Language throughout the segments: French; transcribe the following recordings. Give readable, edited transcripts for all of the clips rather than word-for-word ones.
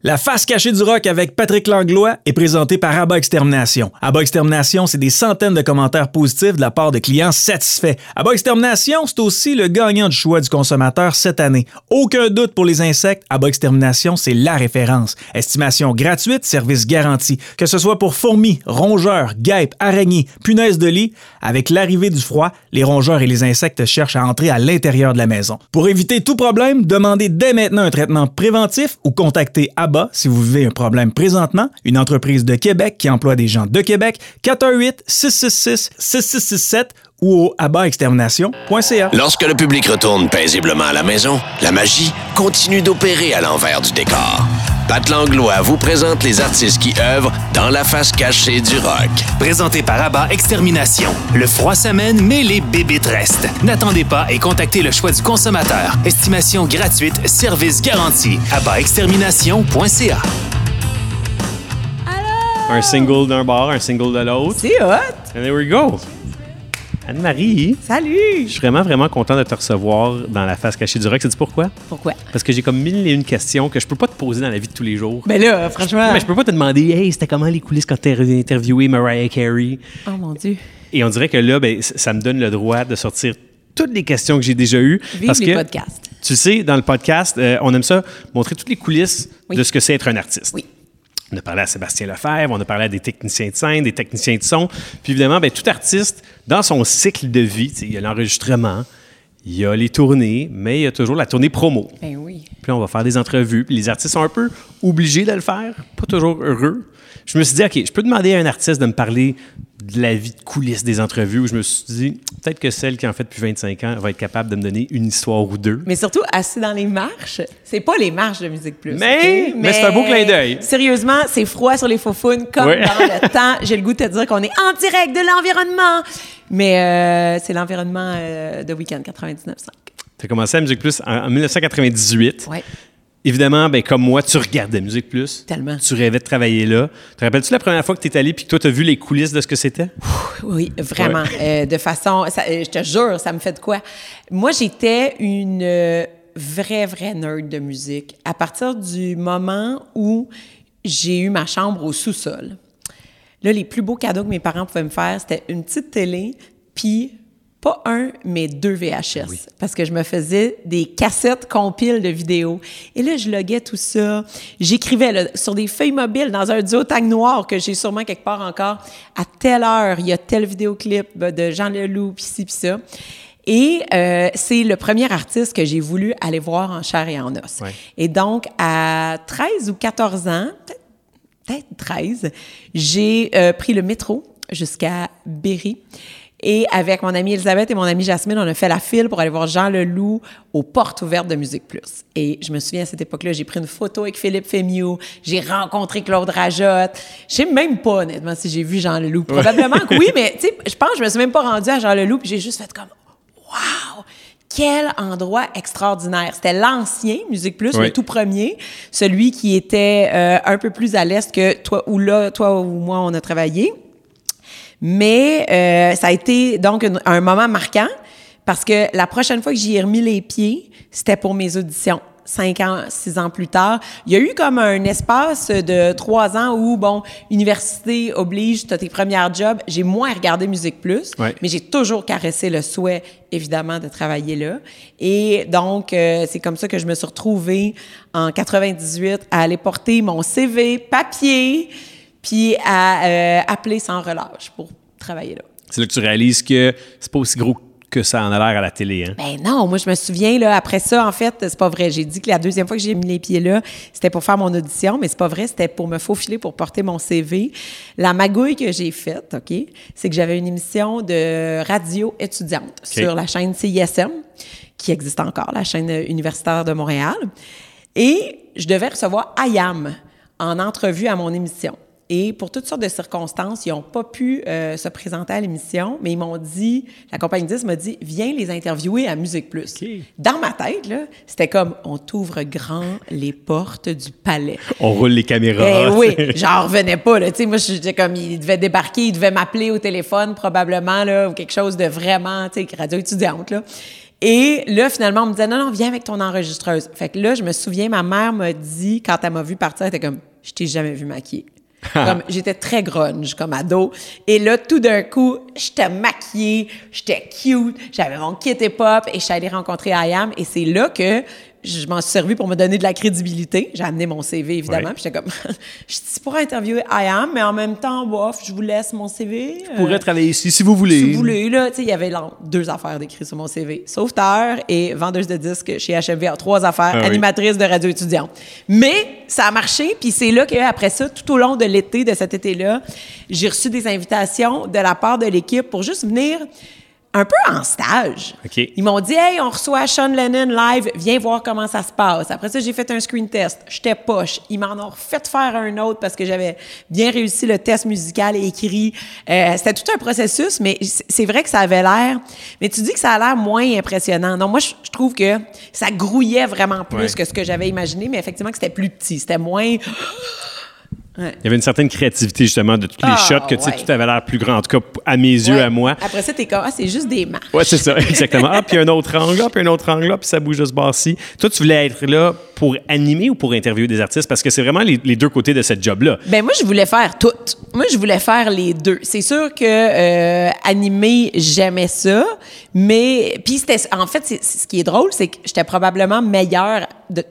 La face cachée du rock avec Patrick Langlois est présentée par Abba Extermination. Abba Extermination, c'est des centaines de commentaires positifs de la part de clients satisfaits. Abba Extermination, c'est aussi le gagnant du choix du consommateur cette année. Aucun doute pour les insectes, Abba Extermination, c'est la référence. Estimation gratuite, service garanti. Que ce soit pour fourmis, rongeurs, guêpes, araignées, punaises de lit, avec l'arrivée du froid, les rongeurs et les insectes cherchent à entrer à l'intérieur de la maison. Pour éviter tout problème, demandez dès maintenant un traitement préventif ou contactez Abba si vous vivez un problème présentement, une entreprise de Québec qui emploie des gens de Québec, 418-666-6667 ou au abaextermination.ca. Lorsque le public retourne paisiblement à la maison, la magie continue d'opérer à l'envers du décor. Pat Langlois vous présente les artistes qui œuvrent dans la face cachée du rock. Présenté par Abba Extermination. Le froid s'amène, mais les bébites restent. N'attendez pas et contactez le choix du consommateur. Estimation gratuite, service garanti. abaextermination.ca. Un single d'un bord, un single de l'autre. C'est hot! And there we go. Anne-Marie. Salut! Je suis vraiment, vraiment content de te recevoir dans la face cachée du rock. Sais-tu pourquoi? Pourquoi? Parce que j'ai comme 1001 questions que je peux pas te poser dans la vie de tous les jours. Ben là, franchement... Mais je peux pas te demander, hey, c'était comment les coulisses quand t'as interviewé Mariah Carey? Oh mon Dieu. Et on dirait que là, ben, ça me donne le droit de sortir toutes les questions que j'ai déjà eues. Vive parce les que, podcasts. Tu sais, dans le podcast, on aime ça, montrer toutes les coulisses de ce que c'est être un artiste. Oui. On a parlé à Sébastien Lefebvre, on a parlé à des techniciens de scène, des techniciens de son. Puis évidemment, ben, tout artiste, dans son cycle de vie, il y a l'enregistrement, il y a les tournées, mais il y a toujours la tournée promo. Ben oui. Puis là, on va faire des entrevues. Puis les artistes sont un peu obligés de le faire, pas toujours heureux. Je me suis dit, OK, je peux demander à un artiste de me parler de la vie de coulisses des entrevues, où je me suis dit, peut-être que celle qui en fait depuis 25 ans va être capable de me donner une histoire ou deux. Mais surtout, assis dans les marches, c'est pas les marches de Musique Plus. Mais c'est un beau clin d'œil. Sérieusement, c'est froid sur les faufounes, comme dans le temps. J'ai le goût de te dire qu'on est en direct de l'environnement. Mais c'est l'environnement de Week-end 99.5. Tu as commencé à Musique Plus en 1998. Oui. Évidemment, ben, comme moi, tu regardais Musique Plus. Tellement. Tu rêvais de travailler là. Te rappelles-tu la première fois que tu es allé et que toi, tu as vu les coulisses de ce que c'était? Oui, vraiment. Ouais. De façon... je te jure, ça me fait de quoi? Moi, j'étais une vraie nerd de musique. À partir du moment où j'ai eu ma chambre au sous-sol, là, les plus beaux cadeaux que mes parents pouvaient me faire, c'était une petite télé, puis... pas un, mais 2 VHS. Oui. Parce que je me faisais des cassettes compiles de vidéos. Et là, je loguais tout ça. J'écrivais là, sur des feuilles mobiles dans un duotag noir que j'ai sûrement quelque part encore. À telle heure, il y a tel vidéoclip de Jean Leloup, pis ci, pis ça. Et c'est le premier artiste que j'ai voulu aller voir en chair et en os. Ouais. Et donc, à 13 ou 14 ans, peut-être 13, j'ai pris le métro jusqu'à Berry. Et avec mon amie Elisabeth et mon amie Jasmine, on a fait la file pour aller voir Jean Leloup aux portes ouvertes de Musique Plus. Et je me souviens, à cette époque-là, j'ai pris une photo avec Philippe Fémieux, j'ai rencontré Claude Rajotte. Je sais même pas, honnêtement, si j'ai vu Jean Leloup. Probablement que oui, mais tu sais, je pense que je me suis même pas rendue à Jean Leloup, puis j'ai juste fait comme « Wow! Quel endroit extraordinaire! » C'était l'ancien Musique Plus, le tout premier, celui qui était un peu plus à l'est que toi ou moi, on a travaillé. Mais ça a été donc un moment marquant parce que la prochaine fois que j'y ai remis les pieds, c'était pour mes auditions. 5 ans, 6 ans plus tard. Il y a eu comme un espace de 3 ans où, bon, université oblige, tu as tes premières jobs. J'ai moins regardé Musique Plus, mais j'ai toujours caressé le souhait, évidemment, de travailler là. Et donc, c'est comme ça que je me suis retrouvée en 98 à aller porter mon CV papier puis à appeler sans relâche pour travailler là. C'est là que tu réalises que c'est pas aussi gros que ça en a l'air à la télé, hein? Ben non, moi je me souviens, là, après ça, en fait, c'est pas vrai. J'ai dit que la deuxième fois que j'ai mis les pieds là, c'était pour faire mon audition, mais c'est pas vrai, c'était pour me faufiler, pour porter mon CV. La magouille que j'ai faite, OK, c'est que j'avais une émission de radio étudiante sur la chaîne CISM, qui existe encore, la chaîne universitaire de Montréal. Et je devais recevoir IAM en entrevue à mon émission. Et pour toutes sortes de circonstances, ils n'ont pas pu se présenter à l'émission, mais ils m'ont dit, la compagnie 10 m'a dit, viens les interviewer à Musique Plus. Okay. Dans ma tête, là, c'était comme, on t'ouvre grand les portes du palais. On roule les caméras. Oui, j'en revenais pas, là. Tu sais, moi, j'étais comme, il devait débarquer, il devait m'appeler au téléphone, probablement, là, ou quelque chose de vraiment, tu sais, radio étudiante, là. Et là, finalement, on me disait, non, viens avec ton enregistreuse. Fait que là, je me souviens, ma mère m'a dit, quand elle m'a vu partir, elle était comme, je t'ai jamais vu maquillée. Comme, j'étais très grunge comme ado. Et là, tout d'un coup, j'étais maquillée, j'étais cute, j'avais mon kit hip-hop et je suis allée rencontrer I.Am. Et c'est là que je m'en suis servi pour me donner de la crédibilité. J'ai amené mon CV, évidemment. Ouais. Puis j'étais comme, je suis pour interviewer I.Am, mais en même temps, bof, je vous laisse mon CV. Je pourrais travailler ici si vous voulez. Si vous voulez, là, tu sais, il y avait là, 2 affaires décrites sur mon CV. Sauveteur et vendeuse de disques chez HMV. 3 affaires, animatrice de radio étudiante. Mais ça a marché, puis c'est là qu'après ça, tout au long de l'été, de cet été-là, j'ai reçu des invitations de la part de l'équipe pour juste venir un peu en stage. OK. Ils m'ont dit, hey, on reçoit Sean Lennon live, viens voir comment ça se passe. Après ça, j'ai fait un screen test. J'étais poche. Ils m'en ont fait faire un autre parce que j'avais bien réussi le test musical et écrit. C'était tout un processus, mais c'est vrai que ça avait l'air. Mais tu dis que ça a l'air moins impressionnant. Non, moi, je trouve que ça grouillait vraiment plus que ce que j'avais imaginé, mais effectivement que c'était plus petit. C'était moins. Ouais. Il y avait une certaine créativité, justement, de tous les shots, que tu sais, tout avait l'air plus grand, en tout cas, à mes yeux, à moi. Après ça, t'es comme, c'est juste des marches. Oui, c'est ça, exactement. Ah, puis un autre angle là, puis un autre angle là, puis ça bouge de ce bord-ci. Toi, tu voulais être là pour animer ou pour interviewer des artistes? Parce que c'est vraiment les deux côtés de cette job-là. Ben moi, je voulais faire tout. Moi, je voulais faire les deux. C'est sûr que animer, j'aimais ça, mais... Puis c'était... En fait, ce qui est drôle, c'est que j'étais probablement meilleure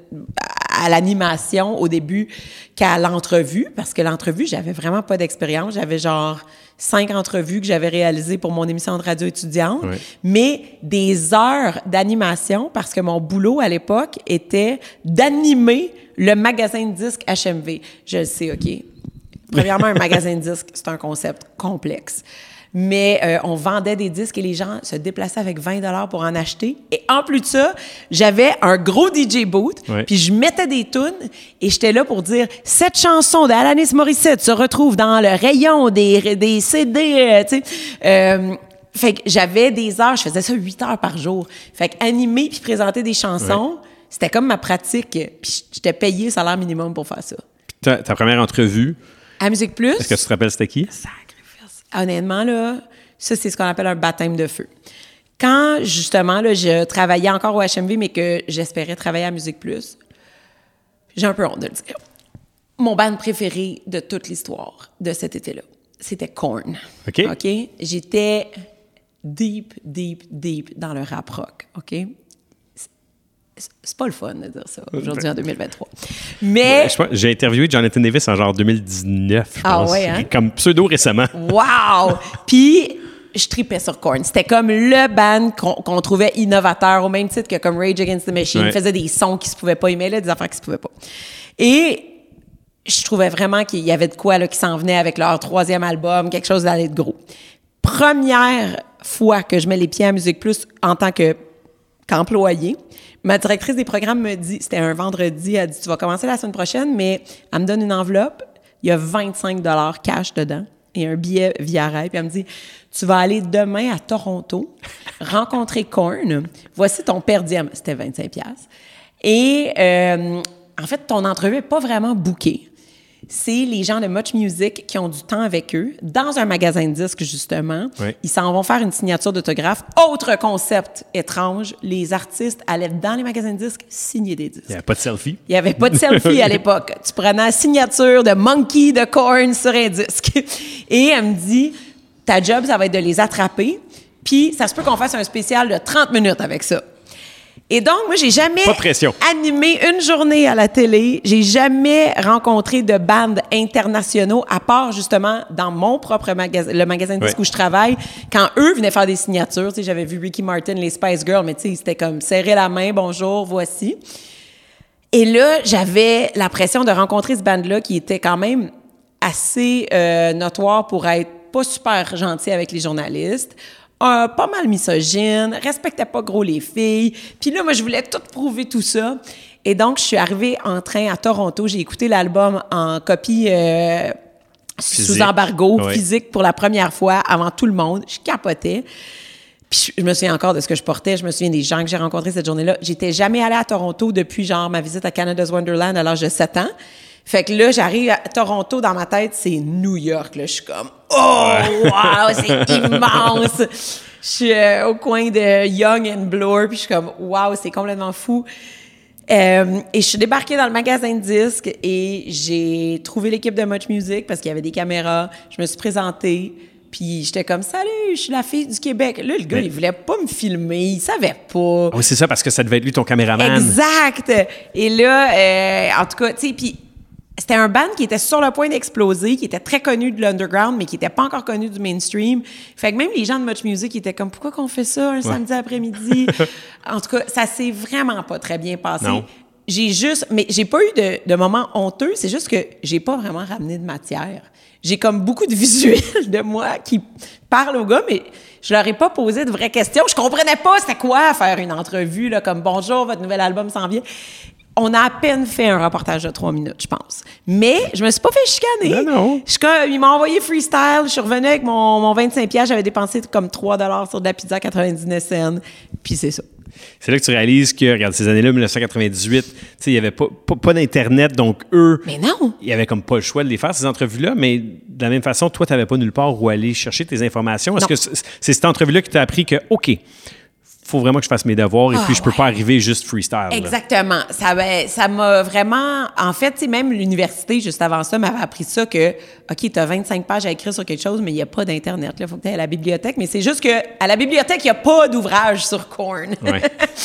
à l'animation au début qu'à l'entrevue, parce que l'entrevue, j'avais vraiment pas d'expérience. J'avais genre 5 entrevues que j'avais réalisées pour mon émission de radio étudiante, mais des heures d'animation, parce que mon boulot à l'époque était d'animer le magasin de disques HMV. Je le sais, OK? Premièrement, un magasin de disques, c'est un concept complexe. Mais on vendait des disques et les gens se déplaçaient avec 20 $ pour en acheter. Et en plus de ça, j'avais un gros DJ booth, puis je mettais des tunes et j'étais là pour dire « Cette chanson d'Alanis Morissette se retrouve dans le rayon des CD, tu sais. Fait que j'avais des heures, je faisais ça 8 heures par jour. Fait que animer puis présenter des chansons, c'était comme ma pratique. Puis j'étais payée salaire minimum pour faire ça. Ta première entrevue... À Musique Plus... Est-ce que tu te rappelles c'était qui? Honnêtement, là, ça, c'est ce qu'on appelle un baptême de feu. Quand, justement, là, je travaillais encore au HMV, mais que j'espérais travailler à Musique Plus, j'ai un peu honte de le dire. Mon band préféré de toute l'histoire de cet été-là, c'était Korn. OK. J'étais deep dans le rap rock, OK? C'est pas le fun de dire ça aujourd'hui en 2023. Mais... J'ai interviewé Jonathan Davis en genre 2019, je pense. Ah ouais, hein? Comme pseudo récemment. Wow! Puis, je tripais sur Korn. C'était comme le band qu'on trouvait innovateur, au même titre que comme Rage Against the Machine. Ils faisaient des sons qui se pouvaient pas aimer, des affaires qui se pouvaient pas. Et je trouvais vraiment qu'il y avait de quoi là, qui s'en venait avec leur 3e album, quelque chose d'aller de gros. Première fois que je mets les pieds à Musique Plus en tant qu'employée, ma directrice des programmes me dit, c'était un vendredi, elle dit « Tu vas commencer la semaine prochaine, mais elle me donne une enveloppe, il y a 25 $ cash dedans et un billet Via Rail. Puis elle me dit « Tu vas aller demain à Toronto, rencontrer Korn, voici ton per diem. » C'était 25 $. Et en fait, ton entrevue n'est pas vraiment bookée. C'est les gens de Much Music qui ont du temps avec eux, dans un magasin de disques, justement. Oui. Ils s'en vont faire une signature d'autographe. Autre concept étrange, les artistes allaient dans les magasins de disques signer des disques. Il n'y avait pas de selfie. Il n'y avait pas de selfie à l'époque. Tu prenais la signature de Monkey, de Korn sur un disque. Et elle me dit, ta job, ça va être de les attraper, puis ça se peut qu'on fasse un spécial de 30 minutes avec ça. Et donc, moi, j'ai jamais animé une journée à la télé. J'ai jamais rencontré de bandes internationaux, à part, justement, dans mon propre magasin, le magasin de disques où je travaille. Quand eux venaient faire des signatures, tu sais, j'avais vu Ricky Martin, les Spice Girls, mais tu sais, c'était comme serrer la main, bonjour, voici. Et là, j'avais la pression de rencontrer ce band-là qui était quand même assez notoire pour être pas super gentil avec les journalistes. Pas mal misogyne, respectait pas gros les filles. Puis là, moi, je voulais tout prouver tout ça. Et donc, je suis arrivée en train à Toronto. J'ai écouté l'album en copie sous embargo, physique, pour la première fois, avant tout le monde. Je capotais. Puis je me souviens encore de ce que je portais. Je me souviens des gens que j'ai rencontrés cette journée-là. J'étais jamais allée à Toronto depuis, genre, ma visite à Canada's Wonderland à l'âge de 7 ans. Fait que là, j'arrive à Toronto, dans ma tête, c'est New York. Là, je suis comme, oh, wow, c'est immense! Je suis au coin de Young and Bloor, puis je suis comme, wow, c'est complètement fou. Et je suis débarquée dans le magasin de disques et j'ai trouvé l'équipe de Much Music parce qu'il y avait des caméras. Je me suis présentée, puis j'étais comme, salut, je suis la fille du Québec. Là, le gars, il voulait pas me filmer, il savait pas. Oui, c'est ça, parce que ça devait être lui ton caméraman. Exact. Et là, en tout cas, tu sais, puis c'était un band qui était sur le point d'exploser, qui était très connu de l'underground, mais qui n'était pas encore connu du mainstream. Fait que même les gens de Much Music étaient comme, pourquoi qu'on fait ça un samedi après-midi? En tout cas, ça s'est vraiment pas très bien passé. Non. Mais j'ai pas eu de moments honteux, c'est juste que j'ai pas vraiment ramené de matière. J'ai comme beaucoup de visuels de moi qui parlent aux gars, mais je leur ai pas posé de vraies questions. Je comprenais pas c'était quoi faire une entrevue, là, comme « Bonjour, votre nouvel album s'en vient ». On a à peine fait un reportage de 3 minutes, je pense. Mais je me suis pas fait chicaner. Non. Ils m'ont envoyé freestyle. Je suis revenue avec mon 25$. J'avais dépensé comme 3$ sur de la pizza 99 cents. Puis c'est ça. C'est là que tu réalises que, regarde, ces années-là, 1998, tu sais, il n'y avait pas d'Internet, donc eux, mais non, il n'y avait comme pas le choix de les faire, ces entrevues-là, mais de la même façon, toi, tu n'avais pas nulle part où aller chercher tes informations. Est-ce que c'est cette entrevue-là qui t'a appris que, OK, faut vraiment que je fasse mes devoirs et puis je peux pas arriver juste freestyle. Exactement. Ça m'a vraiment... En fait, tu sais, même l'université, juste avant ça, m'avait appris ça que, OK, tu as 25 pages à écrire sur quelque chose, mais il n'y a pas d'Internet. Il faut que tu ailles à la bibliothèque. Mais c'est juste qu'à la bibliothèque, il n'y a pas d'ouvrage sur Korn. Ouais.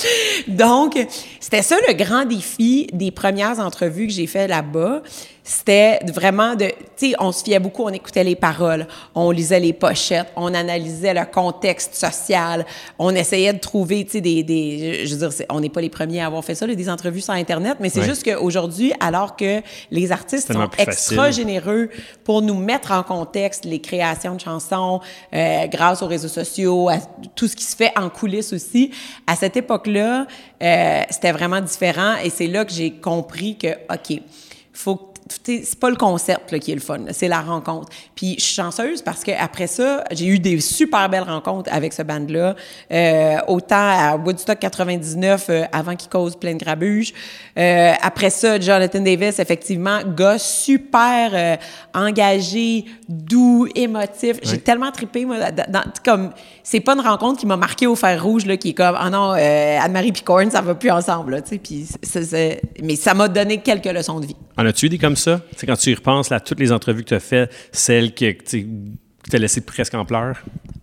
Donc, c'était ça le grand défi des premières entrevues que j'ai fait là-bas. C'était vraiment de... Tu sais, on se fiait beaucoup, on écoutait les paroles, on lisait les pochettes, on analysait le contexte social, on essayait de trouver, tu sais, je veux dire, on n'est pas les premiers à avoir fait ça, là, des entrevues sur Internet, mais c'est juste qu'aujourd'hui, alors que les artistes sont extra généreux pour nous mettre en contexte les créations de chansons, grâce aux réseaux sociaux, à tout ce qui se fait en coulisses aussi, à cette époque-là, c'était vraiment différent et c'est là que j'ai compris que, OK, faut que c'est pas le concept là, qui est le fun, là, c'est la rencontre. Puis je suis chanceuse parce qu'après ça, j'ai eu des super belles rencontres avec ce band-là. Autant à Woodstock 99, avant qu'il cause plein de grabuge. Après ça, Jonathan Davis, effectivement, gars super engagé, doux, émotif. J'ai tellement trippé, moi, comme... C'est pas une rencontre qui m'a marqué au fer rouge, là, qui est comme, ah non, Anne-Marie puis Korn, ça va plus ensemble, là, tu sais. Puis mais ça m'a donné quelques leçons de vie. En as-tu eu des comme ça? Tu sais, quand tu y repenses là, à toutes les entrevues que tu as faites, celles qui t'ont laissé presque en pleurs?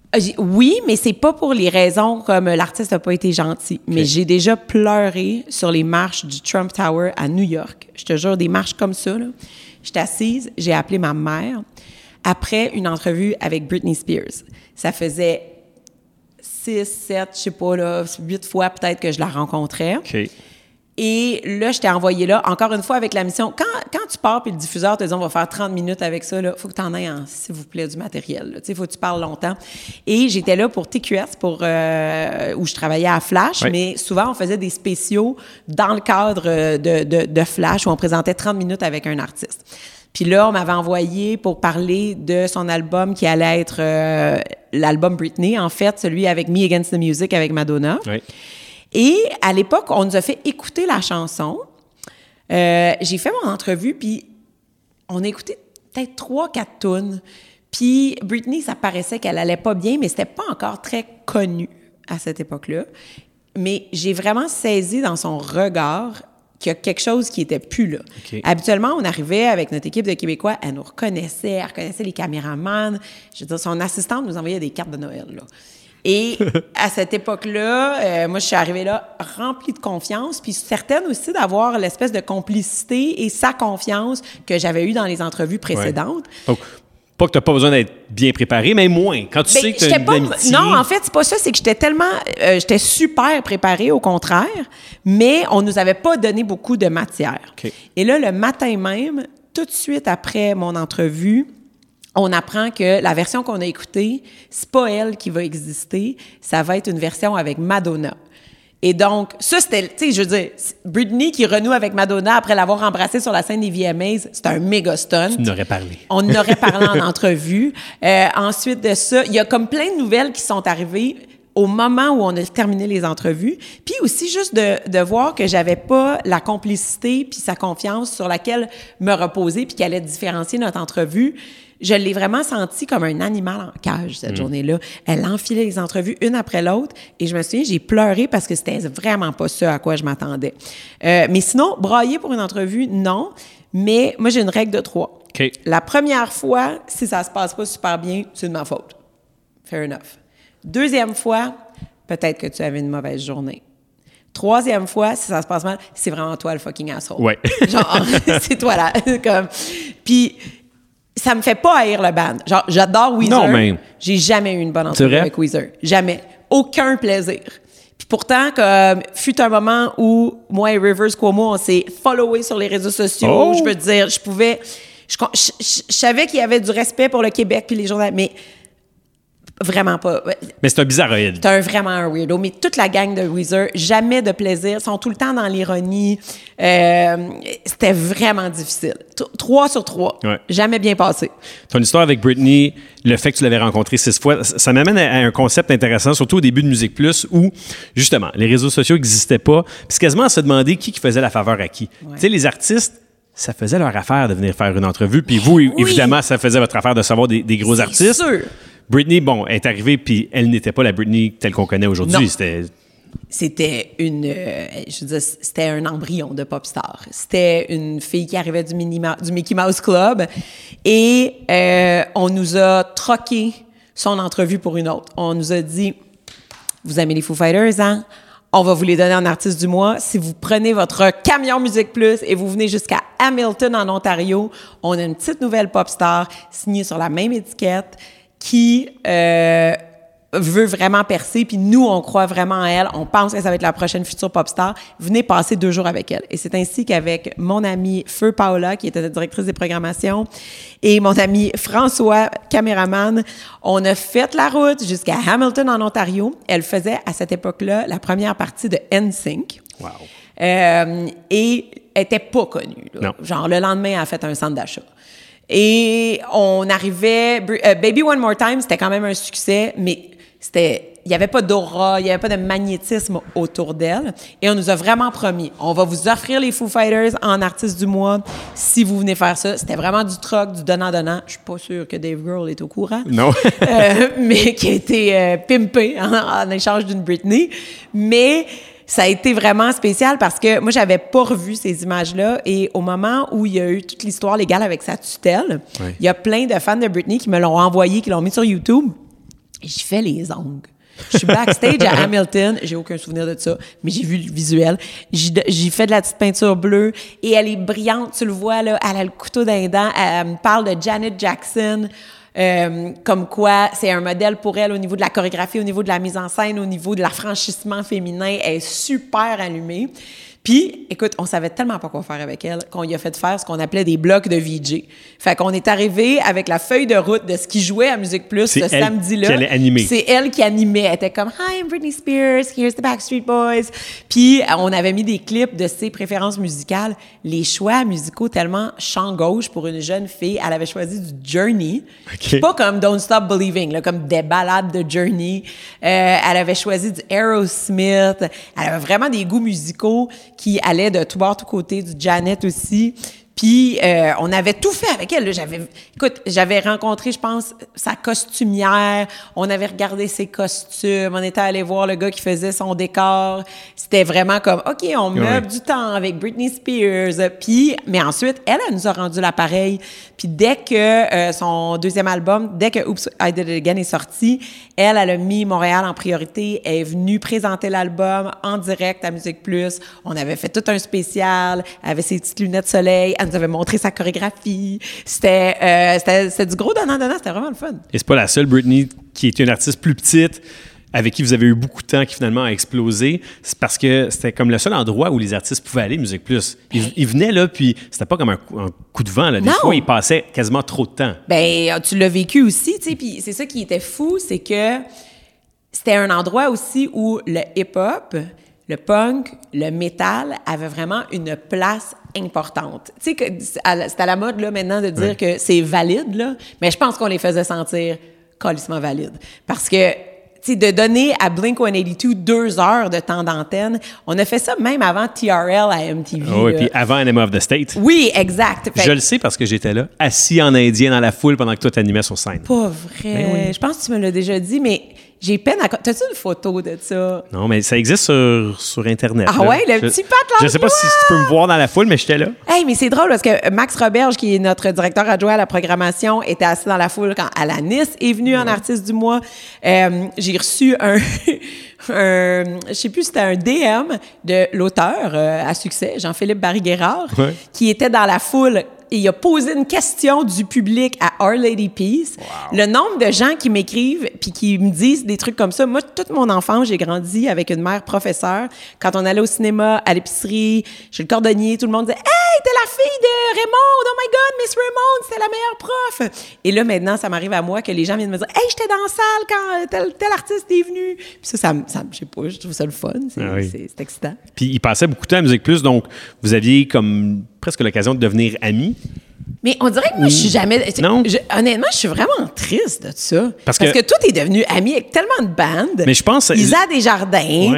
Oui, mais c'est pas pour les raisons comme l'artiste n'a pas été gentil. Okay. Mais j'ai déjà pleuré sur les marches du Trump Tower à New York. Je te jure, des marches comme ça, là. J'étais assise, j'ai appelé ma mère après une entrevue avec Britney Spears. Ça faisait 6, 7, je sais pas, là, 8 fois peut-être que je la rencontrais. Okay. Et là, je t'ai envoyé là, encore une fois, avec la mission. Quand tu pars puis le diffuseur te dit on va faire 30 minutes avec ça, il faut que tu en aies, s'il vous plaît, du matériel. Il faut que tu parles longtemps. Et j'étais là pour TQS, où je travaillais à Flash, mais souvent, on faisait des spéciaux dans le cadre de Flash où on présentait 30 minutes avec un artiste. Puis là, on m'avait envoyé pour parler de son album qui allait être l'album Britney, en fait, celui avec Me Against the Music avec Madonna. Oui. Et à l'époque, on nous a fait écouter la chanson. J'ai fait mon entrevue, puis on a écouté peut-être 3-4 tunes. Puis Britney, ça paraissait qu'elle allait pas bien, mais c'était pas encore très connu à cette époque-là. Mais j'ai vraiment saisi dans son regard qu'il y a quelque chose qui était plus là. Okay. Habituellement, on arrivait avec notre équipe de Québécois, elle nous reconnaissait, elle reconnaissait les caméramans. Je veux dire, son assistante nous envoyait des cartes de Noël, là. Et à cette époque-là, moi, je suis arrivée là remplie de confiance, puis certaine aussi d'avoir l'espèce de complicité et sa confiance que j'avais eue dans les entrevues précédentes. Ouais. Donc, pas que tu n'as pas besoin d'être bien préparé, mais moins. Quand tu sais que tu as une amitié... Non, en fait, c'est pas ça. C'est que j'étais super préparée, au contraire, mais on nous avait pas donné beaucoup de matière. Okay. Et là, le matin même, tout de suite après mon entrevue, on apprend que la version qu'on a écoutée, c'est pas elle qui va exister, ça va être une version avec Madonna. Et donc, ça, c'était, tu sais, je veux dire, Britney qui renoue avec Madonna après l'avoir embrassée sur la scène des VMAs, c'était un méga stunt. Tu en aurais parlé. On en aurait parlé en entrevue. Ensuite de ça, il y a comme plein de nouvelles qui sont arrivées au moment où on a terminé les entrevues, puis aussi juste de voir que j'avais pas la complicité puis sa confiance sur laquelle me reposer puis qu'elle allait différencier notre entrevue. Je l'ai vraiment senti comme un animal en cage cette journée-là. Elle enfilait les entrevues une après l'autre et je me souviens, j'ai pleuré parce que c'était vraiment pas ce à quoi je m'attendais. Mais sinon, brailler pour une entrevue, non. Mais moi, j'ai une règle de 3. Okay. La première fois, si ça se passe pas super bien, c'est de ma faute. Fair enough. Deuxième fois, peut-être que tu avais une mauvaise journée. Troisième fois, si ça se passe mal, c'est vraiment toi le fucking asshole. Ouais. Genre, c'est toi là. Comme... Puis, ça me fait pas haïr le band. Genre, j'adore Weezer. Non, mais... J'ai jamais eu une bonne entrevue avec Weezer. Jamais. Aucun plaisir. Puis pourtant, comme, fut un moment où moi et Rivers Cuomo, on s'est followés sur les réseaux sociaux. Oh! Je veux dire, je pouvais... Je savais qu'il y avait du respect pour le Québec puis les journalistes, mais vraiment pas. Mais c'est un bizarroïde. C'est vraiment un weirdo. Mais toute la gang de Weezer, jamais de plaisir, sont tout le temps dans l'ironie. C'était vraiment difficile. 3 sur 3. Ouais. Jamais bien passé. Ton histoire avec Britney, le fait que tu l'avais rencontrée 6 fois, ça m'amène à un concept intéressant, surtout au début de Musique Plus, où, justement, les réseaux sociaux n'existaient pas. Puis c'est quasiment à se demander qui faisait la faveur à qui. Ouais. Tu sais, les artistes, ça faisait leur affaire de venir faire une entrevue. Puis vous, évidemment, ça faisait votre affaire de savoir des gros artistes. C'est sûr. Britney, bon, est arrivée, puis elle n'était pas la Britney telle qu'on connaît aujourd'hui. C'était c'était un embryon de pop star. C'était une fille qui arrivait du Mickey Mouse Club et on nous a troqué son entrevue pour une autre. On nous a dit, vous aimez les Foo Fighters, hein? On va vous les donner en artiste du mois. Si vous prenez votre camion Musique Plus et vous venez jusqu'à Hamilton, en Ontario, on a une petite nouvelle pop star signée sur la même étiquette qui veut vraiment percer, puis nous, on croit vraiment en elle. On pense que ça va être la prochaine future pop star. Venez passer 2 jours avec elle. Et c'est ainsi qu'avec mon amie Feu Paola, qui était la directrice des programmations, et mon ami François, caméraman, on a fait la route jusqu'à Hamilton, en Ontario. Elle faisait, à cette époque-là, la première partie de NSYNC. Wow. Et elle était pas connue. Là. Non. Genre, le lendemain, elle a fait un centre d'achat. Et on arrivait... Baby One More Time, c'était quand même un succès, mais il n'y avait pas d'aura, il n'y avait pas de magnétisme autour d'elle. Et on nous a vraiment promis, on va vous offrir les Foo Fighters en artiste du mois si vous venez faire ça. C'était vraiment du troc, du donnant-donnant. Je suis pas sûre que Dave Grohl est au courant. Non. Mais qui a été pimpé en échange d'une Britney. Mais... ça a été vraiment spécial parce que moi, j'avais pas revu ces images-là et au moment où il y a eu toute l'histoire légale avec sa tutelle, il y a plein de fans de Britney qui me l'ont envoyé, qui l'ont mis sur YouTube et j'y fais les ongles. Je suis backstage à Hamilton, j'ai aucun souvenir de ça, mais j'ai vu le visuel. J'y fais de la petite peinture bleue et elle est brillante, tu le vois, là, elle a le couteau dans les dents, elle me parle de Janet Jackson. Comme quoi c'est un modèle pour elle au niveau de la chorégraphie, au niveau de la mise en scène, au niveau de l'affranchissement féminin. Elle est super allumée. Puis, écoute, on savait tellement pas quoi faire avec elle qu'on lui a fait faire ce qu'on appelait des blocs de VJ. Fait qu'on est arrivé avec la feuille de route de ce qui jouait à Musique Plus ce samedi-là. Qui allait animer. C'est elle qui animait. Elle était comme « Hi, I'm Britney Spears, here's the Backstreet Boys ». Puis, on avait mis des clips de ses préférences musicales. Les choix musicaux tellement champ gauche pour une jeune fille. Elle avait choisi du Journey. Okay. Pas comme Don't Stop Believing, là, comme des ballades de Journey. Elle avait choisi du Aerosmith. Elle avait vraiment des goûts musicaux qui allaient de tout bord, tout côté, du Janet aussi. Puis, on avait tout fait avec elle. J'avais rencontré, je pense, sa costumière. On avait regardé ses costumes. On était allé voir le gars qui faisait son décor. C'était vraiment comme, OK, on meuble du temps avec Britney Spears. Puis, mais ensuite, elle nous a rendu l'appareil. Puis, dès que son deuxième album, dès que Oops, I Did It Again est sorti, elle a mis Montréal en priorité. Elle est venue présenter l'album en direct à Musique Plus. On avait fait tout un spécial. Elle avait ses petites lunettes soleil. Elle nous avait montré sa chorégraphie. C'était du gros donnant-donnant. C'était vraiment le fun. Et c'est pas la seule Britney qui est une artiste plus petite avec qui vous avez eu beaucoup de temps qui finalement a explosé. C'est parce que c'était comme le seul endroit où les artistes pouvaient aller, Musique Plus. Ils venaient là, puis c'était pas comme un coup de vent. Là. Des fois, ils passaient quasiment trop de temps. Ben, tu l'as vécu aussi, tu sais. Puis c'est ça qui était fou, c'est que c'était un endroit aussi où le hip-hop, le punk, le métal avait vraiment une place importante. Tu sais, c'est à la mode là, maintenant de dire que c'est valide, là, mais je pense qu'on les faisait sentir calissement valides. Parce que, tu sais, de donner à Blink-182 2 heures de temps d'antenne. On a fait ça même avant TRL à MTV. Oh, et puis avant Enema of the State. Oui, exact. Je le sais parce que j'étais là, assis en indien dans la foule pendant que toi t'animais sur scène. Pas vrai. Ben oui. Je pense que tu me l'as déjà dit, mais j'ai peine à... T'as-tu une photo de ça? Non, mais ça existe sur Internet. Ah là. ouais, le petit Pat Je sais pas si tu peux me voir dans la foule, mais j'étais là. Hey, mais c'est drôle parce que Max Roberge, qui est notre directeur adjoint à la programmation, était assis dans la foule quand Alanis est venue en artiste du mois. J'ai reçu je sais plus si c'était un DM de l'auteur à succès, Jean-Philippe Barry-Guerrard, qui était dans la foule. Et il a posé une question du public à Our Lady Peace. Wow. Le nombre de gens qui m'écrivent puis qui me disent des trucs comme ça. Moi, toute mon enfance, j'ai grandi avec une mère professeure. Quand on allait au cinéma, à l'épicerie, chez le cordonnier, tout le monde disait « Hey, t'es la fille de Raymond! Oh my God, Miss Raymond, c'est la meilleure prof! » Et là, maintenant, ça m'arrive à moi que les gens viennent me dire « Hey, j'étais dans la salle quand tel artiste est venu! » Puis ça je sais pas, je trouve ça le fun. C'est excitant. Puis il passait beaucoup de temps à Musique Plus, donc vous aviez comme presque l'occasion de devenir amis. Mais on dirait que moi, je suis jamais... Non? Honnêtement, je suis vraiment triste de ça. Parce que toi, t'es devenu ami avec tellement de bandes. Mais je pense... Isa Desjardins,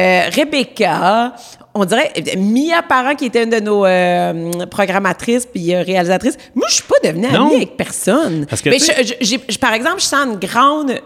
Rebecca, on dirait Mia Parent, qui était une de nos programmatrices puis réalisatrices. Moi, je suis pas devenue amie avec personne. Parce que mais par exemple, je sens une grande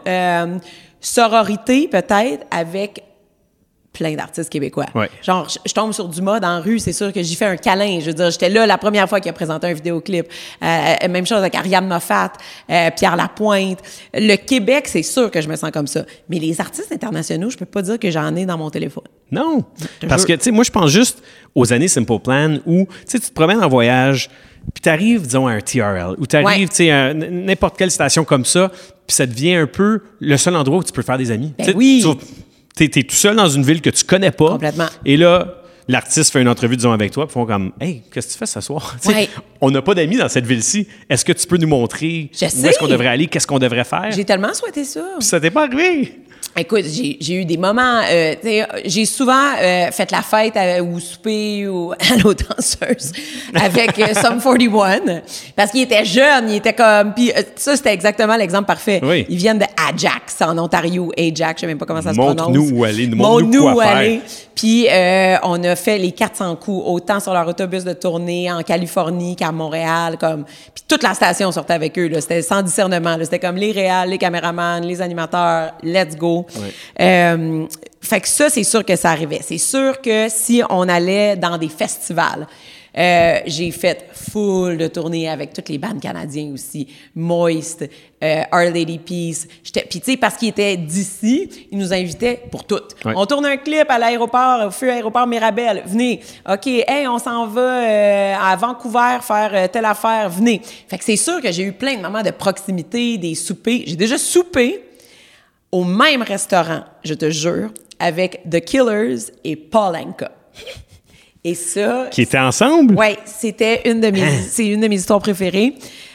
sororité, peut-être, avec plein d'artistes québécois. Ouais. Genre, je tombe sur Dumas dans la rue, c'est sûr que j'y fais un câlin. Je veux dire, j'étais là la première fois qu'il a présenté un vidéoclip. Même chose avec Ariane Moffat, Pierre Lapointe. Le Québec, c'est sûr que je me sens comme ça. Mais les artistes internationaux, je peux pas dire que j'en ai dans mon téléphone. Non. Parce que, tu sais, moi, je pense juste aux années Simple Plan où, tu sais, tu te promènes en voyage, puis t'arrives, disons, à un TRL, ou t'arrives, tu sais, à n'importe quelle station comme ça, puis ça devient un peu le seul endroit où tu peux faire des amis. Ben oui. T'es tout seul dans une ville que tu connais pas. Complètement. Et là, l'artiste fait une entrevue, disons, avec toi, puis font comme « Hey, qu'est-ce que tu fais ce soir? Ouais. On n'a pas d'amis dans cette ville-ci. Est-ce que tu peux nous montrer où est-ce qu'on devrait aller? Qu'est-ce qu'on devrait faire? » J'ai tellement souhaité ça. Puis ça t'est pas arrivé? Écoute, j'ai eu des moments... j'ai souvent fait la fête ou souper ou à l'eau danseuse avec Sum 41 parce qu'il était jeune, il était comme... Puis ça, c'était exactement l'exemple parfait. Oui. Ils viennent de Ajax, en Ontario. Ajax, je sais même pas comment ça se prononce. Montre-nous où aller, montre-nous quoi faire. Puis on a fait les 400 coups, autant sur leur autobus de tournée en Californie qu'à Montréal. Puis toute la station sortait avec eux. Là. C'était sans discernement. Là. C'était comme les réals, les caméramans, les animateurs. Let's go. Ouais. Fait que ça, c'est sûr que ça arrivait. C'est sûr que si on allait dans des festivals, j'ai fait full de tournées avec toutes les bandes canadiennes aussi. Moist, Our Lady Peace. Puis tu sais, parce qu'ils étaient d'ici, ils nous invitaient pour toutes. Ouais. On tourne un clip à l'aéroport, au feu aéroport Mirabel. Venez. OK, hey, on s'en va à Vancouver faire telle affaire. Venez. Fait que c'est sûr que j'ai eu plein de moments de proximité, des soupers. J'ai déjà soupé au même restaurant, je te jure, avec The Killers et Paul Anka. Et ça... Qui étaient ensemble? Oui, c'était c'est une de mes histoires préférées.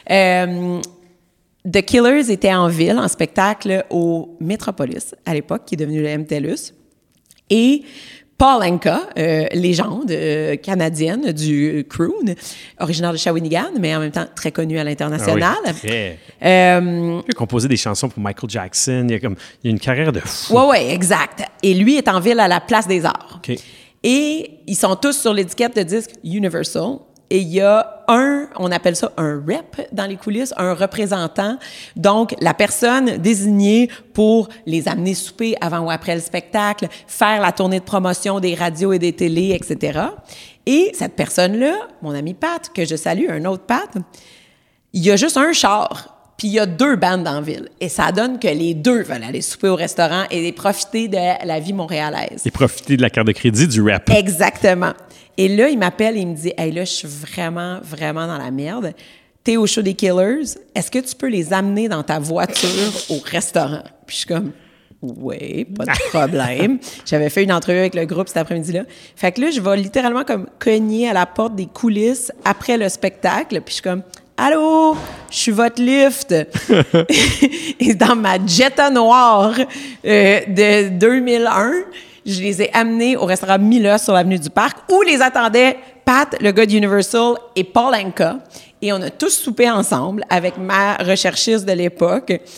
The Killers était en ville, en spectacle au Metropolis, à l'époque, qui est devenu le MTLUS. Et Paul Anka, légende canadienne du croon, originaire de Shawinigan, mais en même temps très connu à l'international. Ah oui, il a composé des chansons pour Michael Jackson. Il y a une carrière de fou. Oui, exact. Et lui est en ville à la Place des Arts. Okay. Et ils sont tous sur l'étiquette de disque Universal. Et il y a on appelle ça un rep dans les coulisses, un représentant. Donc, la personne désignée pour les amener souper avant ou après le spectacle, faire la tournée de promotion des radios et des télés, etc. Et cette personne-là, mon ami Pat, que je salue, un autre Pat, il y a juste un char. Puis il y a 2 bandes dans la ville. Et ça donne que les 2 veulent aller souper au restaurant et profiter de la vie montréalaise. Et profiter de la carte de crédit du rap. Exactement. Et là, il m'appelle et il me dit « Hey, là, je suis vraiment, vraiment dans la merde. T'es au show des Killers. Est-ce que tu peux les amener dans ta voiture au restaurant? » Puis je suis comme « Oui, pas de problème. » J'avais fait une entrevue avec le groupe cet après-midi-là. Fait que là, je vais littéralement comme cogner à la porte des coulisses après le spectacle. Puis je suis comme « Allô, je suis votre lift. » Et dans ma Jetta noire de 2001, je les ai amenés au restaurant Mila sur l'avenue du Parc où les attendaient Pat, le gars d'Universal, et Paul Anka. Et on a tous soupé ensemble avec ma recherchiste de l'époque.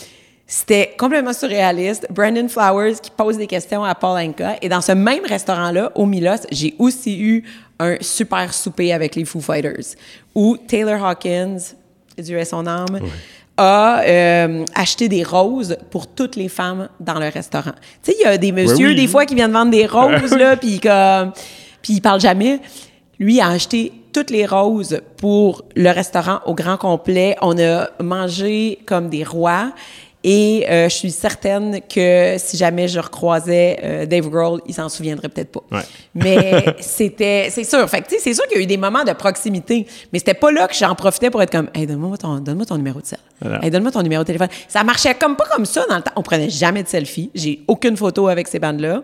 C'était complètement surréaliste. Brandon Flowers qui pose des questions à Paul Anka. Et dans ce même restaurant-là, au Milos, j'ai aussi eu un super souper avec les Foo Fighters où Taylor Hawkins, Dieu ait son âme, a acheté des roses pour toutes les femmes dans le restaurant. Tu sais, il y a des messieurs, des fois, qui viennent vendre des roses, là, puis ils parlent jamais. Lui a acheté toutes les roses pour le restaurant au grand complet. On a mangé comme des rois. Et je suis certaine que si jamais je recroisais Dave Grohl, il s'en souviendrait peut-être pas. Ouais. Mais c'est sûr. Fait que, tu sais, c'est sûr qu'il y a eu des moments de proximité, mais c'était pas là que j'en profitais pour être comme, hey, donne-moi ton numéro de sel. Voilà. Hey, donne-moi ton numéro de téléphone. Ça marchait pas comme ça dans le temps. On prenait jamais de selfie. J'ai aucune photo avec ces bandes-là.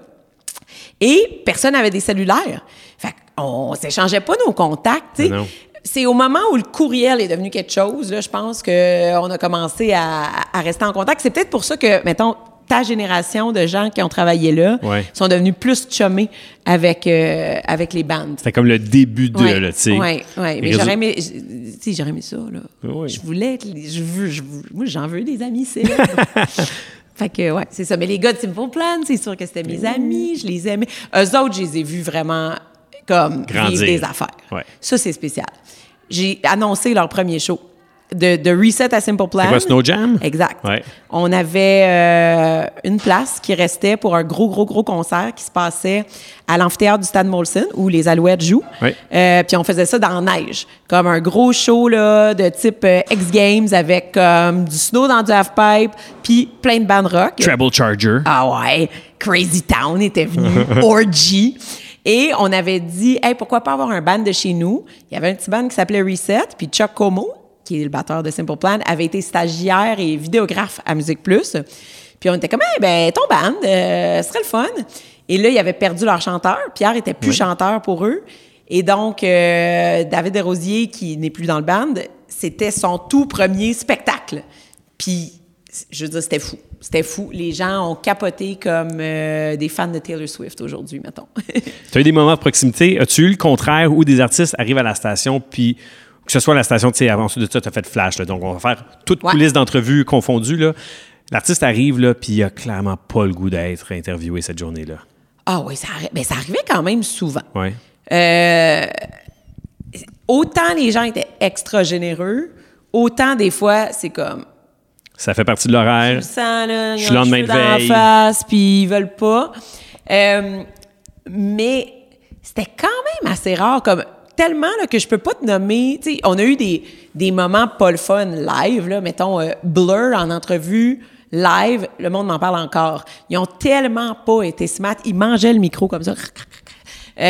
Et personne n'avait des cellulaires. Fait qu'on s'échangeait pas nos contacts, tu sais. C'est au moment où le courriel est devenu quelque chose, là, je pense qu'on a commencé à rester en contact. C'est peut-être pour ça que, mettons, ta génération de gens qui ont travaillé là sont devenus plus chummés avec les bandes. C'était comme le début de, tu sais. Oui. Mais j'aurais aimé ça, là. Oui. Je voulais moi, j'en veux des amis, c'est là. Fait que, ouais, c'est ça. Mais les gars de Simple Plan, c'est sûr que c'était mes amis, je les aimais. Eux autres, je les ai vus vraiment comme vivre des affaires. Ouais. Ça, c'est spécial. J'ai annoncé leur premier show de Reset à Simple Plan. C'est quoi, Snow Jam? Exact. Ouais. On avait une place qui restait pour un gros concert qui se passait à l'amphithéâtre du Stade Molson où les Alouettes jouent. Ouais. Puis on faisait ça dans la neige, comme un gros show là, de type X Games avec du snow dans du halfpipe puis plein de bandes rock. Treble Charger. Ah ouais. Crazy Town était venu. Orgy. Et on avait dit, hey, pourquoi pas avoir un band de chez nous? Il y avait un petit band qui s'appelait Reset, puis Chuck Como, qui est le batteur de Simple Plan, avait été stagiaire et vidéographe à Musique Plus. Puis on était comme, hey, ben, ton band, ce serait le fun. Et là, ils avaient perdu leur chanteur. Pierre était plus chanteur pour eux. Et donc, David Desrosiers, qui n'est plus dans le band, c'était son tout premier spectacle. Puis, je veux dire, c'était fou. C'était fou. Les gens ont capoté comme des fans de Taylor Swift aujourd'hui, mettons. Tu as eu des moments de proximité. As-tu eu le contraire où des artistes arrivent à la station, puis que ce soit à la station, tu sais, avant de ça, tu as fait Flash. Là, donc, on va faire toutes coulisses d'entrevues confondues. Là. L'artiste arrive, là, puis il a clairement pas le goût d'être interviewé cette journée-là. Ah oui, ça arrivait quand même souvent. Oui. Autant les gens étaient extra généreux, autant des fois, c'est comme... Ça fait partie de l'horaire. Je le sens, là. Je suis lendemain de veille. En face, puis ils veulent pas. Mais c'était quand même assez rare, comme tellement là, que je peux pas te nommer. Tu sais, on a eu des moments pas le fun live, là, mettons Blur en entrevue live, le monde m'en parle encore. Ils ont tellement pas été smart, ils mangeaient le micro comme ça. Il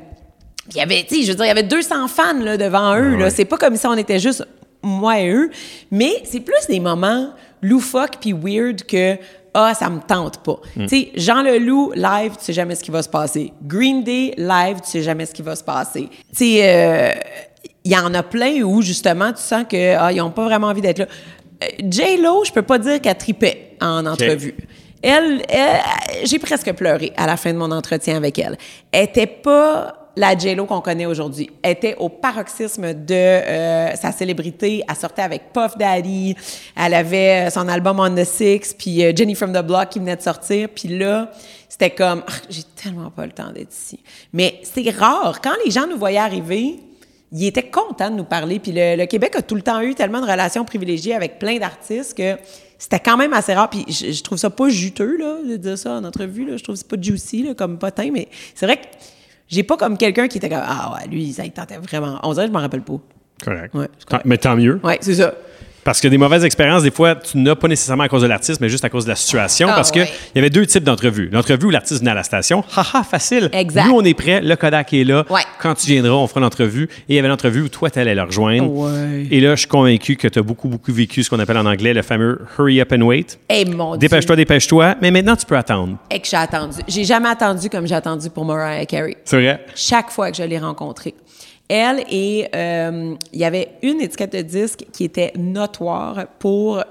y avait, tu sais, je veux dire, il y avait 200 fans là, devant eux. Là. C'est pas comme si on était juste moi et eux, mais c'est plus des moments loufoques puis weird que ça me tente pas. Tu sais, Jean Leloup live, tu sais jamais ce qui va se passer. Green Day live, tu sais jamais ce qui va se passer. Tu sais, il y en a plein où justement tu sens que ils ont pas vraiment envie d'être là. J-Lo, je peux pas dire qu'elle tripait en entrevue. Elle, j'ai presque pleuré à la fin de mon entretien avec elle. Elle était pas la J-Lo qu'on connaît aujourd'hui. Elle était au paroxysme de sa célébrité. Elle sortait avec Puff Daddy. Elle avait son album On the Six, puis Jenny from the Block qui venait de sortir. Puis là, c'était comme, j'ai tellement pas le temps d'être ici. Mais c'est rare. Quand les gens nous voyaient arriver, ils étaient contents de nous parler. Puis le Québec a tout le temps eu tellement de relations privilégiées avec plein d'artistes que c'était quand même assez rare. Puis je trouve ça pas juteux, là, de dire ça en entrevue. Là. Je trouve que c'est pas juicy, là, comme potin. Mais c'est vrai que j'ai pas comme quelqu'un qui était comme, lui, ça il tentait vraiment. On dirait que je m'en rappelle pas. Correct. Ouais, mais tant mieux. Oui, c'est ça. Parce que des mauvaises expériences, des fois, tu n'as pas nécessairement à cause de l'artiste, mais juste à cause de la situation. Parce que il y avait deux types d'entrevues. L'entrevue où l'artiste venait à la station. Haha, facile. Exact. Nous, on est prêts. Le Kodak est là. Ouais. Quand tu viendras, on fera l'entrevue. Et il y avait l'entrevue où toi, tu allais le rejoindre. Ouais. Et là, je suis convaincu que tu as beaucoup vécu ce qu'on appelle en anglais le fameux hurry up and wait. Mon Dieu. Dépêche-toi. Mais maintenant, tu peux attendre. Et que j'ai attendu. J'ai jamais attendu comme j'ai attendu pour Mariah Carey. C'est vrai? Chaque fois que je l'ai rencontrée. Elle et il y avait une étiquette de disque qui était notoire pour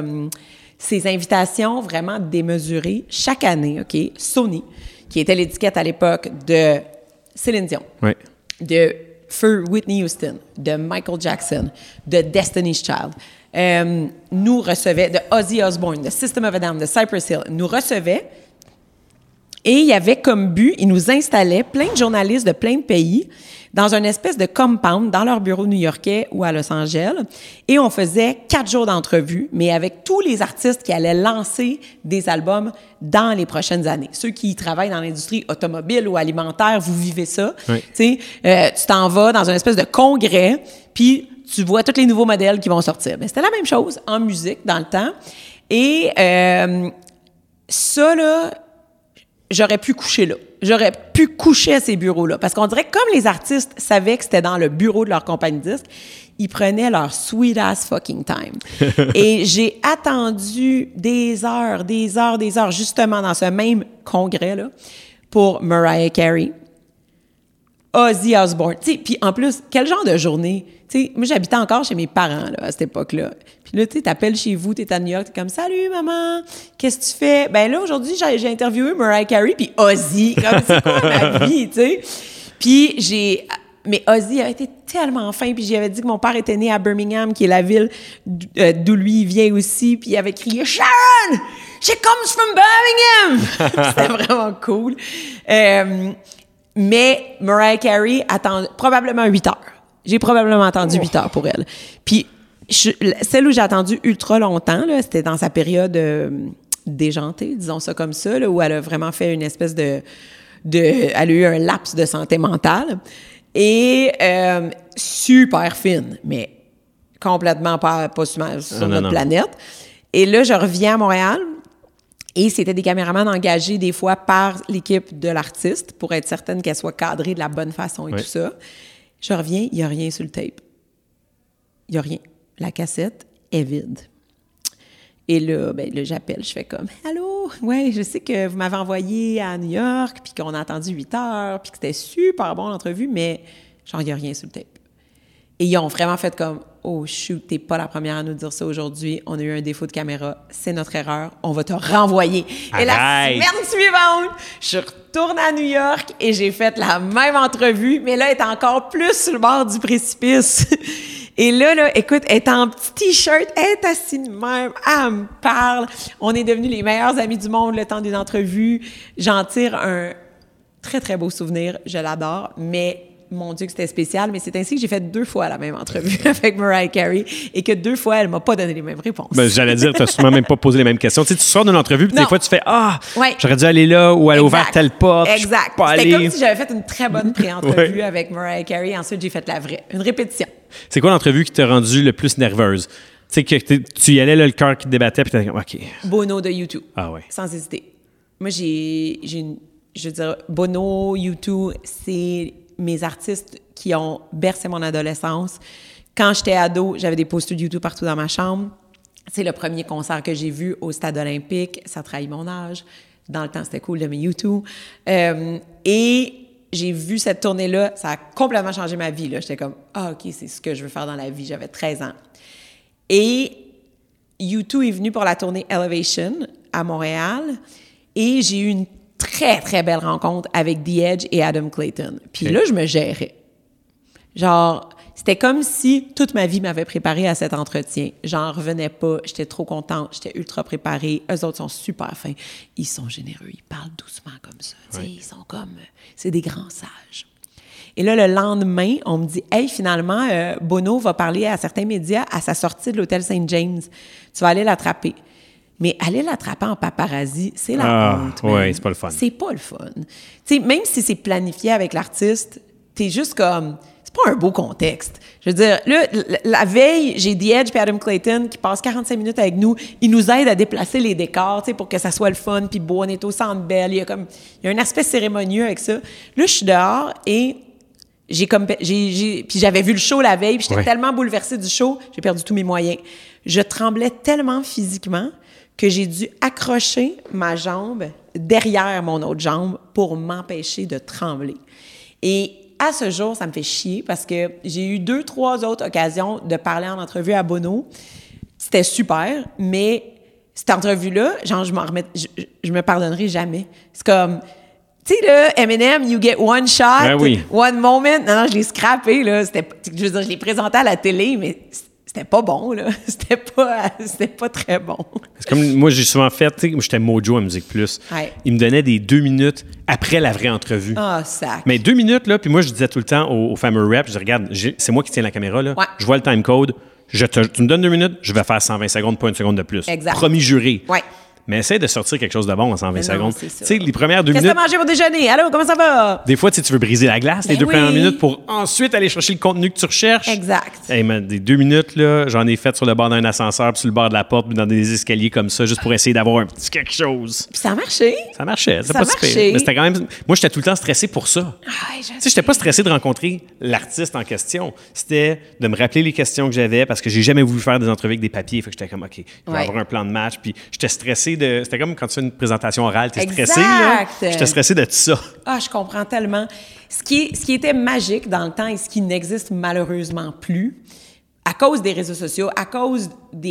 ses invitations vraiment démesurées chaque année, OK? Sony, qui était l'étiquette à l'époque de Céline Dion, de feu Whitney Houston, de Michael Jackson, de Destiny's Child. nous recevait, de Ozzy Osbourne, de System of a Down, de Cypress Hill, nous recevait. Et il y avait comme but, ils nous installaient, plein de journalistes de plein de pays, dans une espèce de compound, dans leur bureau new-yorkais ou à Los Angeles. Et on faisait 4 jours d'entrevue, mais avec tous les artistes qui allaient lancer des albums dans les prochaines années. Ceux qui travaillent dans l'industrie automobile ou alimentaire, vous vivez ça. Oui. Tu sais, tu t'en vas dans une espèce de congrès, puis tu vois tous les nouveaux modèles qui vont sortir. Mais c'était la même chose en musique dans le temps. Et ça, là, j'aurais pu coucher là. J'aurais pu coucher à ces bureaux-là. Parce qu'on dirait que comme les artistes savaient que c'était dans le bureau de leur compagnie de disques, ils prenaient leur sweet-ass fucking time. Et j'ai attendu des heures, justement dans ce même congrès-là, pour Mariah Carey, Ozzy Osbourne. Tu sais, puis en plus, quel genre de journée? Tu sais, moi, j'habitais encore chez mes parents là, à cette époque-là. Puis là, tu sais, t'appelles chez vous, t'es à New York, t'es comme « Salut, maman! Qu'est-ce que tu fais? » Ben là, aujourd'hui, j'ai interviewé Mariah Carey puis Ozzy. Comme, c'est quoi ma vie, tu sais? Puis mais Ozzy a été tellement fin, puis j'y avais dit que mon père était né à Birmingham, qui est la ville d'où lui il vient aussi, puis il avait crié « Sharon! She comes from Birmingham! » C'était vraiment cool. Mais Mariah Carey attend probablement 8 heures. J'ai probablement attendu 8 heures pour elle. Puis celle où j'ai attendu ultra longtemps, là, c'était dans sa période déjantée, disons ça comme ça, là, où elle a vraiment fait une espèce elle a eu un laps de santé mentale. Et super fine, mais complètement pas sur notre planète. Et là, je reviens à Montréal. Et c'était des caméramans engagés des fois par l'équipe de l'artiste pour être certaine qu'elle soit cadrée de la bonne façon et tout ça. Je reviens, il n'y a rien sur le tape. Il n'y a rien. La cassette est vide. Et là, j'appelle, je fais comme « Allô, ouais, je sais que vous m'avez envoyé à New York, puis qu'on a attendu 8 heures, puis que c'était super bon l'entrevue, mais genre, il n'y a rien sur le tape. » Et ils ont vraiment fait comme « Oh shoot, t'es pas la première à nous dire ça aujourd'hui. On a eu un défaut de caméra. C'est notre erreur. On va te renvoyer. » Et la semaine suivante, je retourne à New York et j'ai fait la même entrevue, mais là, elle est encore plus sur le bord du précipice. Et là, écoute, elle est en petit T-shirt, elle est assise de même, elle me parle. On est devenus les meilleurs amis du monde le temps des entrevues. J'en tire un très, très beau souvenir. Je l'adore, mais mon Dieu que c'était spécial. Mais c'est ainsi que j'ai fait 2 fois la même entrevue avec Mariah Carey et que 2 fois, elle m'a pas donné les mêmes réponses. Ben, j'allais dire, tu n'as sûrement même pas posé les mêmes questions. Tu sais, tu sors d'une entrevue, puis des fois, tu fais « Ah, j'aurais dû aller là ou elle a ouvert telle porte. » Exact. C'était comme si j'avais fait une très bonne pré-entrevue avec Mariah Carey. Ensuite, j'ai fait la vraie, une répétition. C'est quoi l'entrevue qui t'a rendue le plus nerveuse? Tu sais, que tu y allais, là, le cœur qui te débattait, puis t'es comme, OK. Bono de U2. Ah ouais. Sans hésiter. Moi, je veux dire, Bono, U2, c'est mes artistes qui ont bercé mon adolescence. Quand j'étais ado, j'avais des posters de U2 partout dans ma chambre. C'est le premier concert que j'ai vu au Stade olympique. Ça trahit mon âge. Dans le temps, c'était cool de mes U2. Et j'ai vu cette tournée-là, ça a complètement changé ma vie. Là. J'étais comme, OK, c'est ce que je veux faire dans la vie. J'avais 13 ans. Et U2 est venu pour la tournée Elevation à Montréal et j'ai eu une très, très belle rencontre avec The Edge et Adam Clayton. Puis là, je me gérais. Genre, c'était comme si toute ma vie m'avait préparée à cet entretien. J'en revenais pas. J'étais trop contente. J'étais ultra préparée. Eux autres sont super fins. Ils sont généreux. Ils parlent doucement comme ça. Ouais. Ils sont comme... C'est des grands sages. Et là, le lendemain, on me dit « Hey, finalement, Bono va parler à certains médias à sa sortie de l'hôtel St. James. Tu vas aller l'attraper. » Mais aller l'attraper en paparazzi, c'est la honte. Oui, c'est pas le fun. C'est pas le fun. Tu sais, même si c'est planifié avec l'artiste, t'es juste comme... C'est pas un beau contexte. Je veux dire, là, la veille, j'ai The Edge et Adam Clayton qui passent 45 minutes avec nous. Ils nous aident à déplacer les décors, tu sais, pour que ça soit le fun, puis beau. On est au Centre Bell. Il y a un aspect cérémonieux avec ça. Là, je suis dehors et puis j'avais vu le show la veille, puis j'étais tellement bouleversée du show, j'ai perdu tous mes moyens. Je tremblais tellement physiquement que j'ai dû accrocher ma jambe derrière mon autre jambe pour m'empêcher de trembler. Et à ce jour, ça me fait chier parce que j'ai eu 2-3 autres occasions de parler en entrevue à Bono. C'était super, mais cette entrevue-là, genre, je me pardonnerai jamais. C'est comme, tu sais, là, Eminem, you get one shot, one moment. Non, je l'ai scrappé, là. Je veux dire, je l'ai présenté à la télé, mais c'était pas bon, là. C'était pas très bon. C'est comme moi, j'ai souvent fait, tu sais, j'étais Mojo à Musique Plus. Ouais. Ils me donnaient des 2 minutes après la vraie entrevue. Ah, sac. Mais 2 minutes, là, puis moi, je disais tout le temps aux fameux reps, je dis, regarde, c'est moi qui tiens la caméra, là. Ouais. Je vois le time code. Tu me donnes 2 minutes, je vais faire 120 secondes, pas une seconde de plus. Exact. Promis juré. Ouais. Mais essaie de sortir quelque chose de bon en 120 Mais non, secondes. c'est Tu ça. sais, les premières 2 Qu'est-ce minutes. que t'as mangé pour déjeuner? Allô, comment ça va? Des fois, tu veux briser la glace, les Ben 2 premières oui. minutes, pour ensuite aller chercher le contenu que tu recherches. Exact. Hey, man, des 2 minutes, là, j'en ai fait sur le bord d'un ascenseur, puis sur le bord de la porte, puis dans des escaliers comme ça, juste pour essayer d'avoir un petit quelque chose. Puis ça a marché. Ça marchait, c'est Ça pas si marchait. pire. Mais c'était quand même. Moi, j'étais tout le temps stressé pour ça. Ah, je Tu sais, j'étais pas stressé de rencontrer l'artiste en question. C'était de me rappeler les questions que j'avais parce que j'ai jamais voulu faire des entrevues avec des papiers. Fait que j'étais comme, OK, il va y Ouais. avoir un plan de match. Puis j'étais stressé de. C'était comme quand tu fais une présentation orale, t'es Exact. stressé, là. J'étais stressé de tout ça. Ah, je comprends tellement. Ce qui était magique dans le temps et ce qui n'existe malheureusement plus, à cause des réseaux sociaux, à cause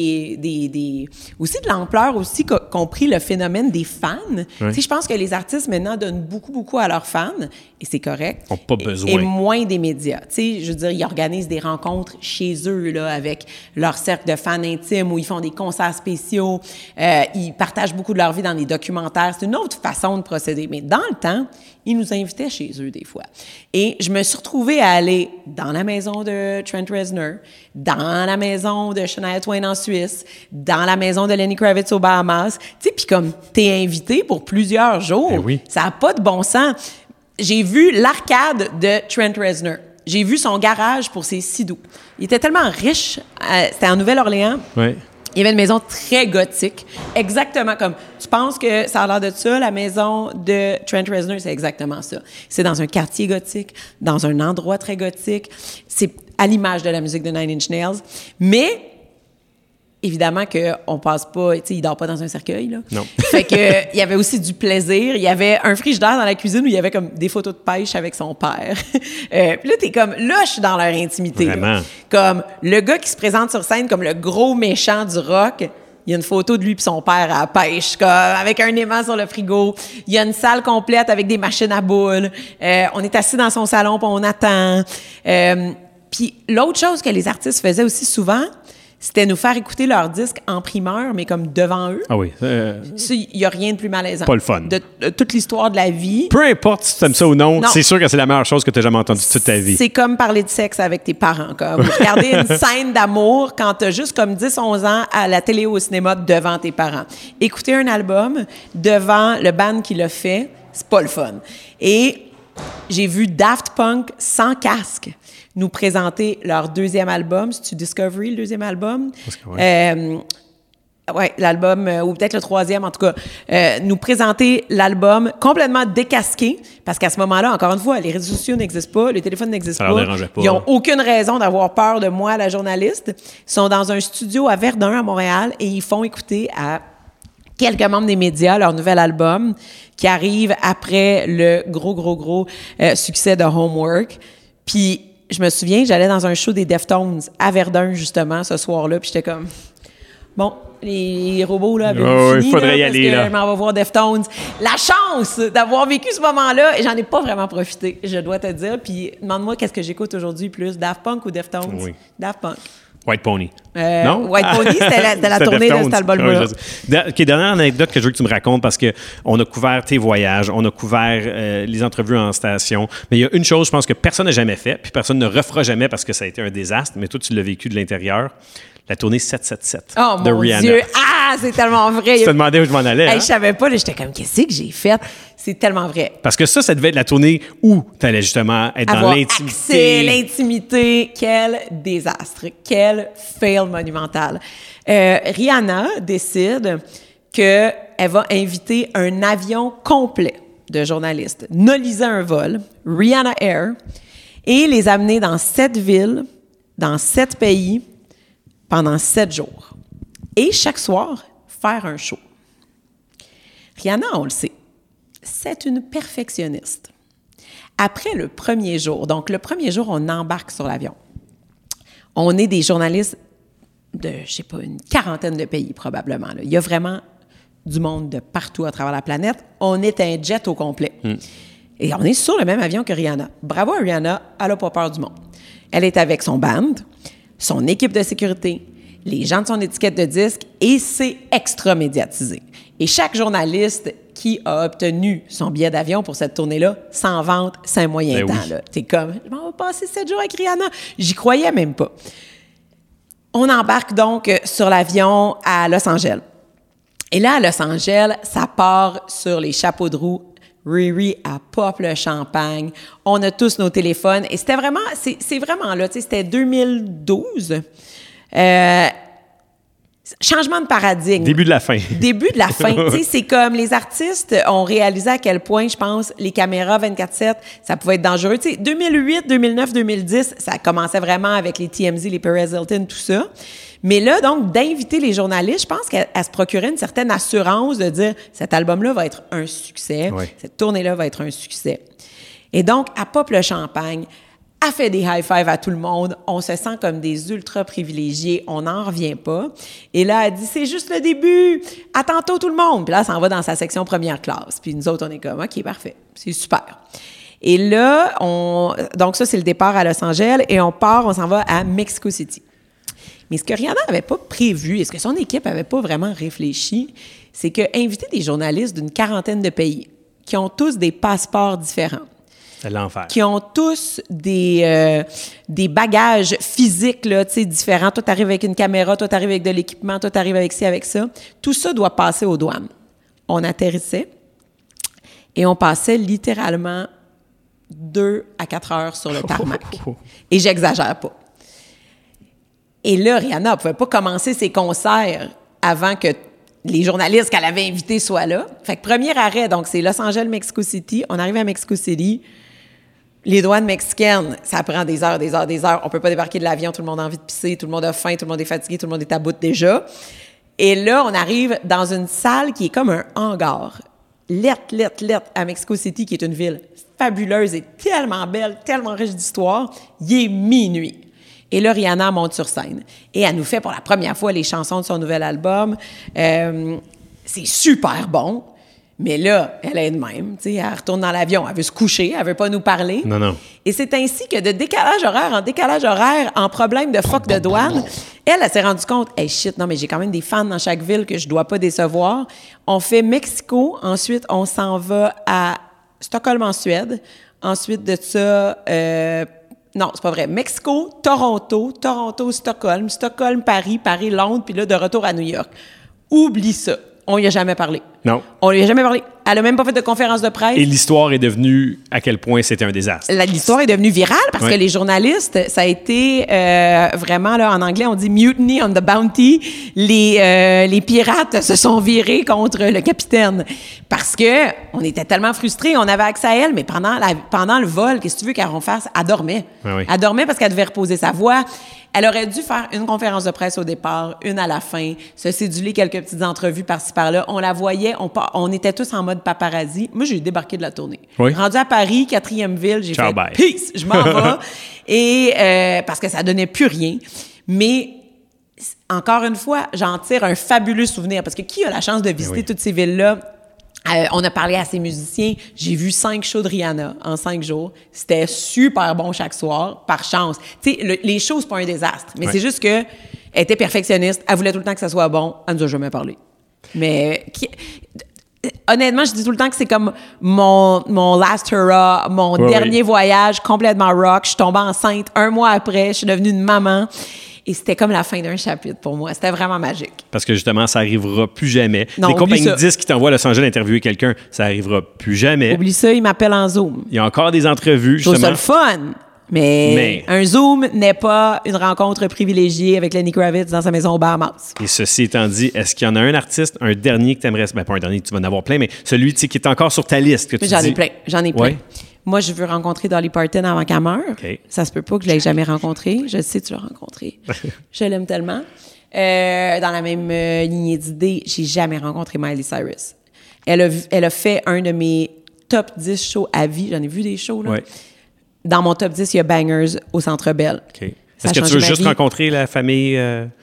aussi de l'ampleur aussi qu'ont pris le phénomène des fans. Tu sais, je pense que les artistes maintenant donnent beaucoup à leurs fans et c'est correct. Ils n'ont pas besoin. Et moins des médias. Tu sais, je veux dire, ils organisent des rencontres chez eux là avec leur cercle de fans intimes où ils font des concerts spéciaux. Ils partagent beaucoup de leur vie dans des documentaires. C'est une autre façon de procéder. Mais dans le temps, ils nous invitaient chez eux des fois. Et je me suis retrouvée à aller dans la maison de Trent Reznor, dans la maison de Shania Twain en Suisse, dans la maison de Lenny Kravitz aux Bahamas. Tu sais, puis comme t'es invité pour plusieurs jours, Ben oui. ça n'a pas de bon sens. J'ai vu l'arcade de Trent Reznor. J'ai vu son garage pour ses sidous. Il était tellement riche. C'était en Nouvelle-Orléans. Ouais. Il y avait une maison très gothique, exactement comme... Tu penses que ça a l'air de ça, la maison de Trent Reznor, c'est exactement ça. C'est dans un quartier gothique, dans un endroit très gothique. C'est à l'image de la musique de Nine Inch Nails. Mais, évidemment qu'on passe pas... Tu sais, il dort pas dans un cercueil, là. Non. Fait que il y avait aussi du plaisir. Il y avait un frigidaire dans la cuisine où il y avait comme des photos de pêche avec son père. Puis là, t'es comme... Là, je suis dans leur intimité. là. Vraiment. Comme le gars qui se présente sur scène comme le gros méchant du rock, il y a une photo de lui et son père à la pêche, comme, avec un aimant sur le frigo. Il y a une salle complète avec des machines à boules. On est assis dans son salon puis on attend. Puis l'autre chose que les artistes faisaient aussi souvent, c'était nous faire écouter leurs disques en primeur, mais comme devant eux. Ah oui. Ça, il n'y a rien de plus malaisant. Pas le fun. De toute l'histoire de la vie. Peu importe si tu aimes ça ou non, Non. c'est sûr que c'est la meilleure chose que tu as jamais entendue toute ta vie. C'est comme parler de sexe avec tes parents. Comme regarder une scène d'amour quand tu as juste comme 10-11 ans à la télé ou au cinéma devant tes parents. Écouter un album devant le band qui l'a fait, c'est pas le fun. Et j'ai vu Daft Punk sans casque nous présenter leur deuxième album. C'est-tu Discovery, le deuxième album? Oui, l'album, ou peut-être le troisième, en tout cas, nous présenter l'album complètement décasqué, parce qu'à ce moment-là, encore une fois, les réseaux sociaux n'existent pas, le téléphone n'existe Ça leur pas. dérangeait pas. Ils n'ont aucune raison d'avoir peur de moi, la journaliste. Ils sont dans un studio à Verdun, à Montréal, et ils font écouter à quelques membres des médias leur nouvel album, qui arrive après le gros succès de Homework. Puis, je me souviens, j'allais dans un show des Deftones à Verdun, justement, ce soir-là, puis j'étais comme... Bon, les robots, là, avaient fini, il faudrait y parce aller, que là. je m'en vais voir Deftones. La chance d'avoir vécu ce moment-là, et j'en ai pas vraiment profité, je dois te dire. Puis, demande-moi qu'est-ce que j'écoute aujourd'hui plus, Daft Punk ou Deftones? Oui. Daft Punk. White Pony. Non? White Pony, c'était la tournée de cet album-là. OK, dernière anecdote que je veux que tu me racontes, parce qu'on a couvert tes voyages, on a couvert les entrevues en station, mais il y a une chose, je pense, que personne n'a jamais fait, puis personne ne refera jamais parce que ça a été un désastre, mais toi, tu l'as vécu de l'intérieur. La tournée 777 Oh de mon Rihanna. Dieu! Ah, c'est tellement vrai! Tu te demandais où je m'en allais. Hey, hein? je savais pas, là, j'étais comme, qu'est-ce que j'ai fait? C'est tellement vrai. Parce que ça devait être la tournée où tu allais justement être Avoir dans accès, l'intimité. l'intimité, quel désastre, quel fail monumental. Rihanna décide qu'elle va inviter un avion complet de journalistes, noliser un vol, Rihanna Air, et les amener dans 7 villes, dans 7 pays, pendant 7 jours. Et chaque soir, faire un show. Rihanna, on le sait, c'est une perfectionniste. Après le premier jour, donc le premier jour, on embarque sur l'avion. On est des journalistes de, je sais pas, une quarantaine de pays probablement. Là. Il y a vraiment du monde de partout à travers la planète. On est un jet au complet. Et on est sur le même avion que Rihanna. Bravo à Rihanna, elle n'a pas peur du monde. Elle est avec son band. son équipe de sécurité, les gens de son étiquette de disque, et c'est extra médiatisé. Et chaque journaliste qui a obtenu son billet d'avion pour cette tournée-là s'en vante, c'est un moyen temps. Oui. T'es comme, je m'en vais passer 7 jours avec Rihanna. J'y croyais même pas. On embarque donc sur l'avion à Los Angeles. Et là, à Los Angeles, ça part sur les chapeaux de roue. Riri, elle pop le champagne. On a tous nos téléphones. Et c'était vraiment, c'est vraiment là, tu sais, c'était 2012. Changement de paradigme. Début de la fin. Début de la fin. Tu sais, c'est comme les artistes ont réalisé à quel point, je pense, les caméras 24/7, ça pouvait être dangereux. Tu sais, 2008, 2009, 2010, ça commençait vraiment avec les TMZ, les Perez Hilton, tout ça. Mais là, donc, d'inviter les journalistes, je pense qu'elle se procurait une certaine assurance de dire cet album-là va être un succès, oui. Cette tournée-là va être un succès. Et donc, elle pop le champagne, elle fait des high-fives à tout le monde, on se sent comme des ultra privilégiés, on n'en revient pas. Et là, elle dit c'est juste le début, à tantôt tout le monde. Puis là, elle s'en va dans sa section première classe. Puis nous autres, on est comme OK, parfait, c'est super. Et là, donc ça, c'est le départ à Los Angeles et on s'en va à Mexico City. Mais ce que Rihanna n'avait pas prévu et ce que son équipe n'avait pas vraiment réfléchi, c'est qu'inviter des journalistes d'une quarantaine de pays qui ont tous des passeports différents, c'est l'enfer. Qui ont tous des bagages physiques là, différents. Toi, tu arrives avec une caméra, toi, tu arrives avec de l'équipement, toi, tu arrives avec ci, avec ça. Tout ça doit passer aux douanes. On atterrissait et on passait littéralement 2 à 4 heures sur le tarmac. Et j'exagère pas. Et là, Rihanna ne pouvait pas commencer ses concerts avant que les journalistes qu'elle avait invités soient là. Fait que premier arrêt, donc c'est Los Angeles, Mexico City. On arrive à Mexico City. Les douanes mexicaines, ça prend des heures. On peut pas débarquer de l'avion, tout le monde a envie de pisser, tout le monde a faim, tout le monde est fatigué, tout le monde est à bout déjà. Et là, on arrive dans une salle qui est comme un hangar. Lettre à Mexico City, qui est une ville fabuleuse et tellement belle, tellement riche d'histoire. Il est minuit. Et là, Rihanna monte sur scène. Et elle nous fait pour la première fois les chansons de son nouvel album. C'est super bon. Mais là, elle est de même. Elle retourne dans l'avion. Elle veut se coucher. Elle veut pas nous parler. Non. Et c'est ainsi que de décalage horaire en problème de fuck de douane, elle s'est rendue compte, hey shit, non, mais j'ai quand même des fans dans chaque ville que je dois pas décevoir. On fait Mexico. Ensuite, on s'en va à Stockholm en Suède. Ensuite de ça... non, c'est pas vrai. Mexico, Toronto, Stockholm, Paris, Londres, puis là, de retour à New York. Oublie ça. On y a jamais parlé. Non. On lui a jamais parlé. Elle a même pas fait de conférence de presse. Et l'histoire est devenue à quel point c'était un désastre. L'histoire est devenue virale parce que les journalistes, ça a été vraiment, là, en anglais, on dit « mutiny on the bounty ». Les pirates se sont virés contre le capitaine parce que on était tellement frustrés. On avait accès à elle, mais pendant le vol, qu'est-ce que tu veux qu'elle fasse? Elle dormait. Oui. Elle dormait parce qu'elle devait reposer sa voix. Elle aurait dû faire une conférence de presse au départ, une à la fin, se céduler quelques petites entrevues par-ci par-là. On la voyait, on était tous en mode paparazzi. Moi, j'ai débarqué de la tournée. Oui. Rendu à Paris, 4e ville, j'ai fait bye. Peace, je m'en vais. Et parce que ça donnait plus rien. Mais encore une fois, j'en tire un fabuleux souvenir parce que qui a la chance de visiter toutes ces villes-là? On a parlé à ces musiciens. J'ai vu 5 shows de Rihanna en 5 jours. C'était super bon chaque soir, par chance. Tu sais, les shows, c'est pas un désastre. Mais c'est juste que elle était perfectionniste. Elle voulait tout le temps que ça soit bon. Elle nous a jamais parlé. Mais honnêtement, je dis tout le temps que c'est comme mon last hurrah, mon dernier voyage complètement rock. Je suis tombée enceinte 1 mois après. Je suis devenue une maman. Et c'était comme la fin d'un chapitre pour moi. C'était vraiment magique. Parce que justement, ça n'arrivera plus jamais. Non, les compagnies de disques qui t'envoient à Los Angeles interviewer quelqu'un, ça n'arrivera plus jamais. Oublie ça, ils m'appellent en Zoom. Il y a encore des entrevues, justement. Je trouve ça le fun. Mais un Zoom n'est pas une rencontre privilégiée avec Lenny Kravitz dans sa maison aux Bahamas. Et ceci étant dit, est-ce qu'il y en a un artiste, un dernier que tu aimerais... Ben, pas un dernier, tu vas en avoir plein, mais celui qui est encore sur ta liste que tu J'en ai plein. Ouais. Moi, je veux rencontrer Dolly Parton avant qu'elle meure. Okay. Ça se peut pas que je l'ai jamais rencontré. Je sais que tu l'as rencontré. Je l'aime tellement. Dans la même lignée d'idées, j'ai jamais rencontré Miley Cyrus. Elle a fait un de mes top 10 shows à vie. J'en ai vu des shows, là. Ouais. Dans mon top 10, il y a Bangers au Centre Bell. Okay. Est-ce que tu veux juste rencontrer la famille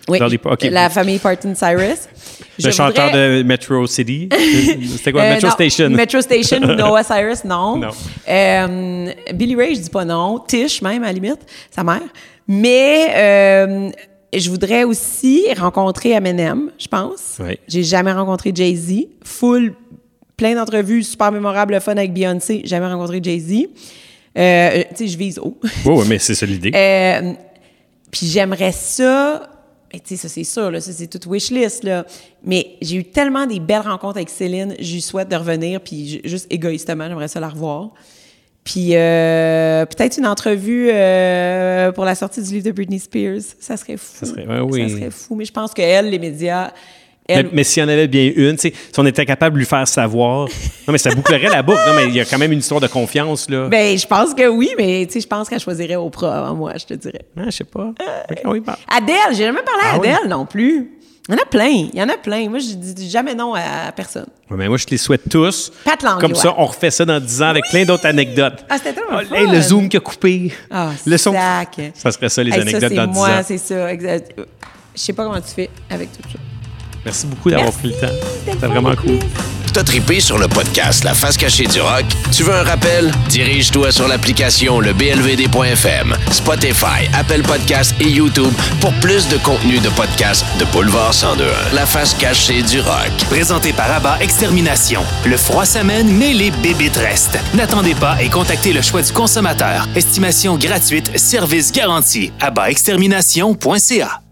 la famille Parton-Cyrus. Le chanteur de Metro City? C'était quoi? Metro Station? Metro Station ou Noah Cyrus, non. Billy Ray, je dis pas non. Tish, même, à la limite, sa mère. Mais je voudrais aussi rencontrer Eminem, je pense. Oui. J'ai jamais rencontré Jay-Z. Plein d'entrevues super mémorables, le fun avec Beyoncé. Jamais rencontré Jay-Z. Tu sais, je vise haut. Oui, mais c'est ça l'idée. Puis j'aimerais ça... Tu sais, ça, c'est sûr, là, ça, c'est toute wishlist, là. Mais j'ai eu tellement des belles rencontres avec Céline, je lui souhaite de revenir, puis juste égoïstement, j'aimerais ça la revoir. Puis peut-être une entrevue pour la sortie du livre de Britney Spears. Ça serait fou. Ça serait fou. Mais je pense qu'elle, les médias... Mais s'il y en avait bien une, si on était capable de lui faire savoir... Non, mais ça bouclerait la boucle. Non, mais il y a quand même une histoire de confiance, là. Ben, je pense que oui, mais je pense qu'elle choisirait Oprah avant moi, je te dirais. Ah, je sais pas. Oui, Adèle, j'ai jamais parlé à Adèle non plus. Il y en a plein. Moi, je dis jamais non à personne. Ouais, mais moi, je te les souhaite tous. Pat Langlois. Comme ça, on refait ça dans 10 ans avec plein d'autres anecdotes. Ah, c'était tellement fun. Hey, le Zoom qui a coupé. Ah, le son. sac. Ça serait ça, les anecdotes dans 10 ans. Moi, c'est ça. Exact. Je sais pas comment tu fais avec tout ça. Merci beaucoup d'avoir pris le temps. C'était vraiment cool. T'as trippé sur le podcast La Face Cachée du Rock? Tu veux un rappel? Dirige-toi sur l'application leblvd.fm, Spotify, Apple Podcasts et YouTube pour plus de contenu de podcast de Boulevard 102.1. La Face Cachée du Rock. Présenté par Abba Extermination. Le froid s'amène, mais les bébites restent. N'attendez pas et contactez le choix du consommateur. Estimation gratuite, service garanti. AbbaExtermination.ca